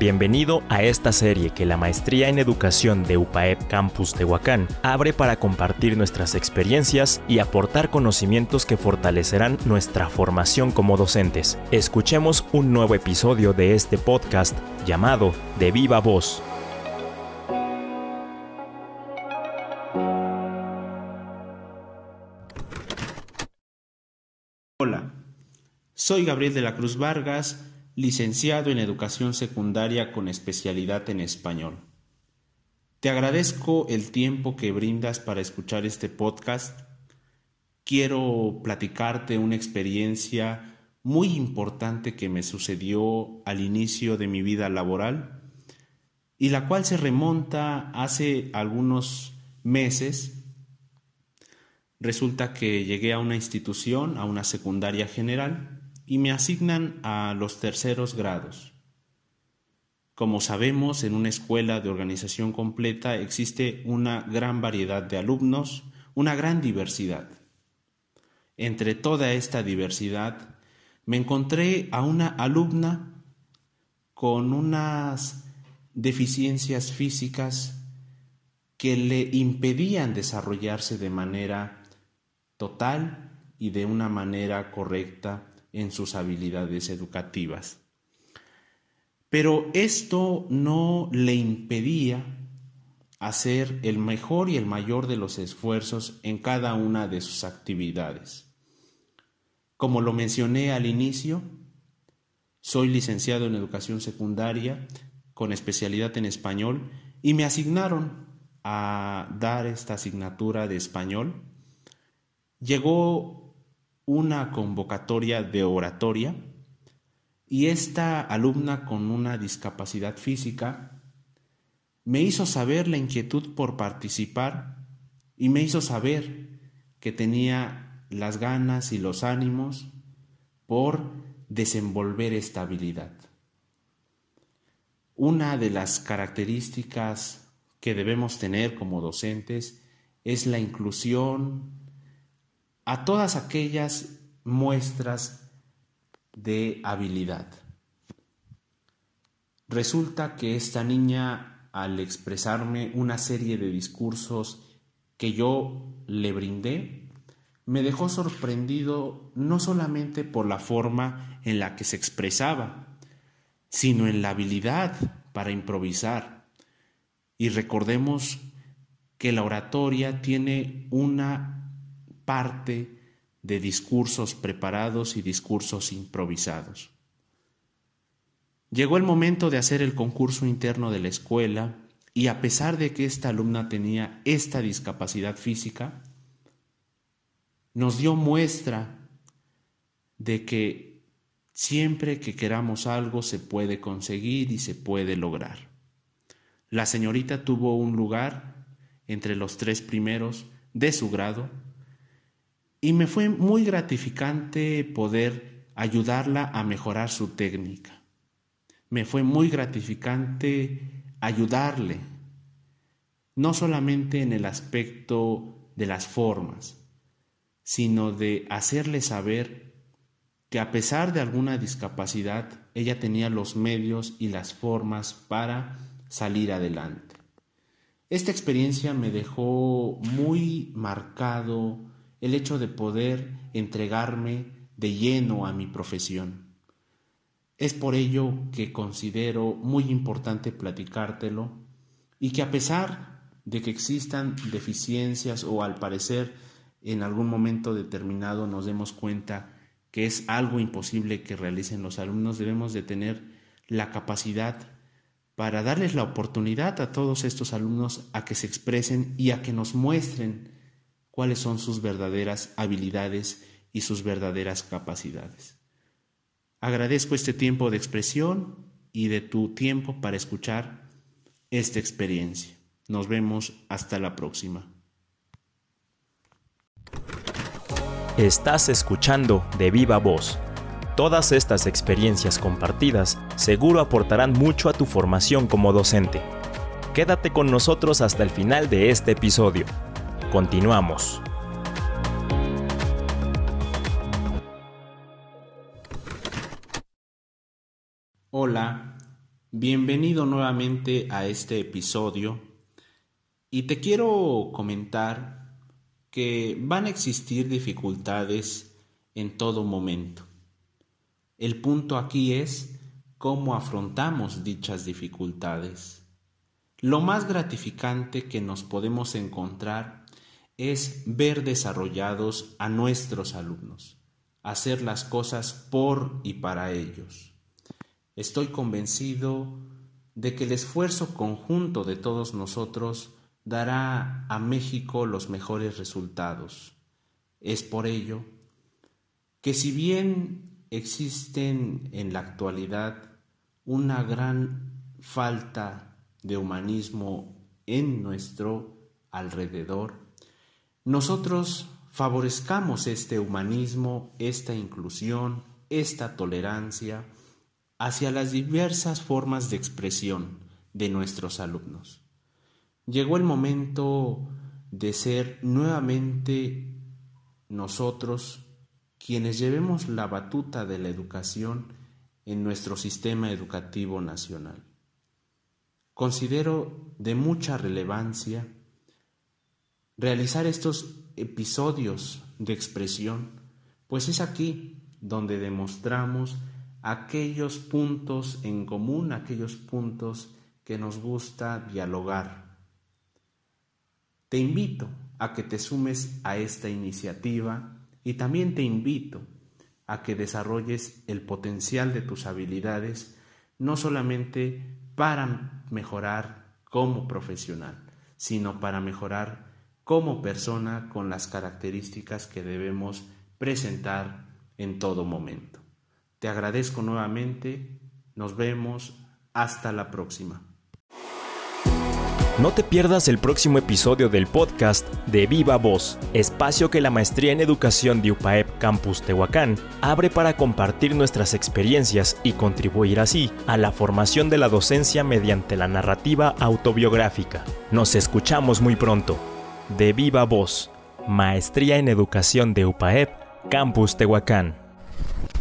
Bienvenido a esta serie que la Maestría en Educación de UPAEP Campus Tehuacán abre para compartir nuestras experiencias y aportar conocimientos que fortalecerán nuestra formación como docentes. Escuchemos un nuevo episodio de este podcast llamado De Viva Voz. Hola, soy Gabriel de la Cruz Vargas, licenciado en Educación Secundaria con especialidad en Español. Te agradezco el tiempo que brindas para escuchar este podcast. Quiero platicarte una experiencia muy importante que me sucedió al inicio de mi vida laboral y la cual se remonta hace algunos meses. Resulta que llegué a una institución, a una secundaria general, y me asignan a los terceros grados. Como sabemos, en una escuela de organización completa existe una gran variedad de alumnos, una gran diversidad. Entre toda esta diversidad, me encontré a una alumna con unas deficiencias físicas que le impedían desarrollarse de manera total y de una manera correcta en sus habilidades educativas. Pero esto no le impedía hacer el mejor y el mayor de los esfuerzos en cada una de sus actividades. Como lo mencioné al inicio, soy licenciado en Educación Secundaria con especialidad en Español y me asignaron a dar esta asignatura de Español. Llegó una convocatoria de oratoria y esta alumna con una discapacidad física me hizo saber la inquietud por participar y me hizo saber que tenía las ganas y los ánimos por desenvolver esta habilidad. Una de las características que debemos tener como docentes es la inclusión a todas aquellas muestras de habilidad. Resulta que esta niña, al expresarme una serie de discursos que yo le brindé, me dejó sorprendido no solamente por la forma en la que se expresaba, sino en la habilidad para improvisar. Y recordemos que la oratoria tiene una parte de discursos preparados y discursos improvisados. Llegó el momento de hacer el concurso interno de la escuela y a pesar de que esta alumna tenía esta discapacidad física, nos dio muestra de que siempre que queramos algo se puede conseguir y se puede lograr. La señorita tuvo un lugar entre los 3 primeros de su grado y me fue muy gratificante poder ayudarla a mejorar su técnica. Me fue muy gratificante ayudarle, no solamente en el aspecto de las formas, sino de hacerle saber que a pesar de alguna discapacidad, ella tenía los medios y las formas para salir adelante. Esta experiencia me dejó muy marcado el hecho de poder entregarme de lleno a mi profesión. Es por ello que considero muy importante platicártelo y que a pesar de que existan deficiencias o al parecer en algún momento determinado nos demos cuenta que es algo imposible que realicen los alumnos, debemos de tener la capacidad para darles la oportunidad a todos estos alumnos a que se expresen y a que nos muestren cuáles son sus verdaderas habilidades y sus verdaderas capacidades. Agradezco este tiempo de expresión y de tu tiempo para escuchar esta experiencia. Nos vemos hasta la próxima. Estás escuchando De Viva Voz. Todas estas experiencias compartidas seguro aportarán mucho a tu formación como docente. Quédate con nosotros hasta el final de este episodio. Continuamos. Hola, Bienvenido nuevamente a este episodio y te quiero comentar que van a existir dificultades en todo momento. El punto aquí es cómo afrontamos dichas dificultades. Lo más gratificante que nos podemos encontrar es ver desarrollados a nuestros alumnos, hacer las cosas por y para ellos. Estoy convencido de que el esfuerzo conjunto de todos nosotros dará a México los mejores resultados. Es por ello que si bien existen en la actualidad una gran falta de humanismo en nuestro alrededor, nosotros favorezcamos este humanismo, esta inclusión, esta tolerancia hacia las diversas formas de expresión de nuestros alumnos. Llegó el momento de ser nuevamente nosotros quienes llevemos la batuta de la educación en nuestro sistema educativo nacional. Considero de mucha relevancia realizar estos episodios de expresión, pues es aquí donde demostramos aquellos puntos en común, aquellos puntos que nos gusta dialogar. Te invito a que te sumes a esta iniciativa y también te invito a que desarrolles el potencial de tus habilidades, no solamente para mejorar como profesional, sino para mejorar como persona con las características que debemos presentar en todo momento. Te agradezco nuevamente, nos vemos, hasta la próxima. No te pierdas el próximo episodio del podcast de Viva Voz, espacio que la Maestría en Educación de UPAEP Campus Tehuacán abre para compartir nuestras experiencias y contribuir así a la formación de la docencia mediante la narrativa autobiográfica. Nos escuchamos muy pronto. De Viva Voz, Maestría en Educación de UPAEP Campus Tehuacán.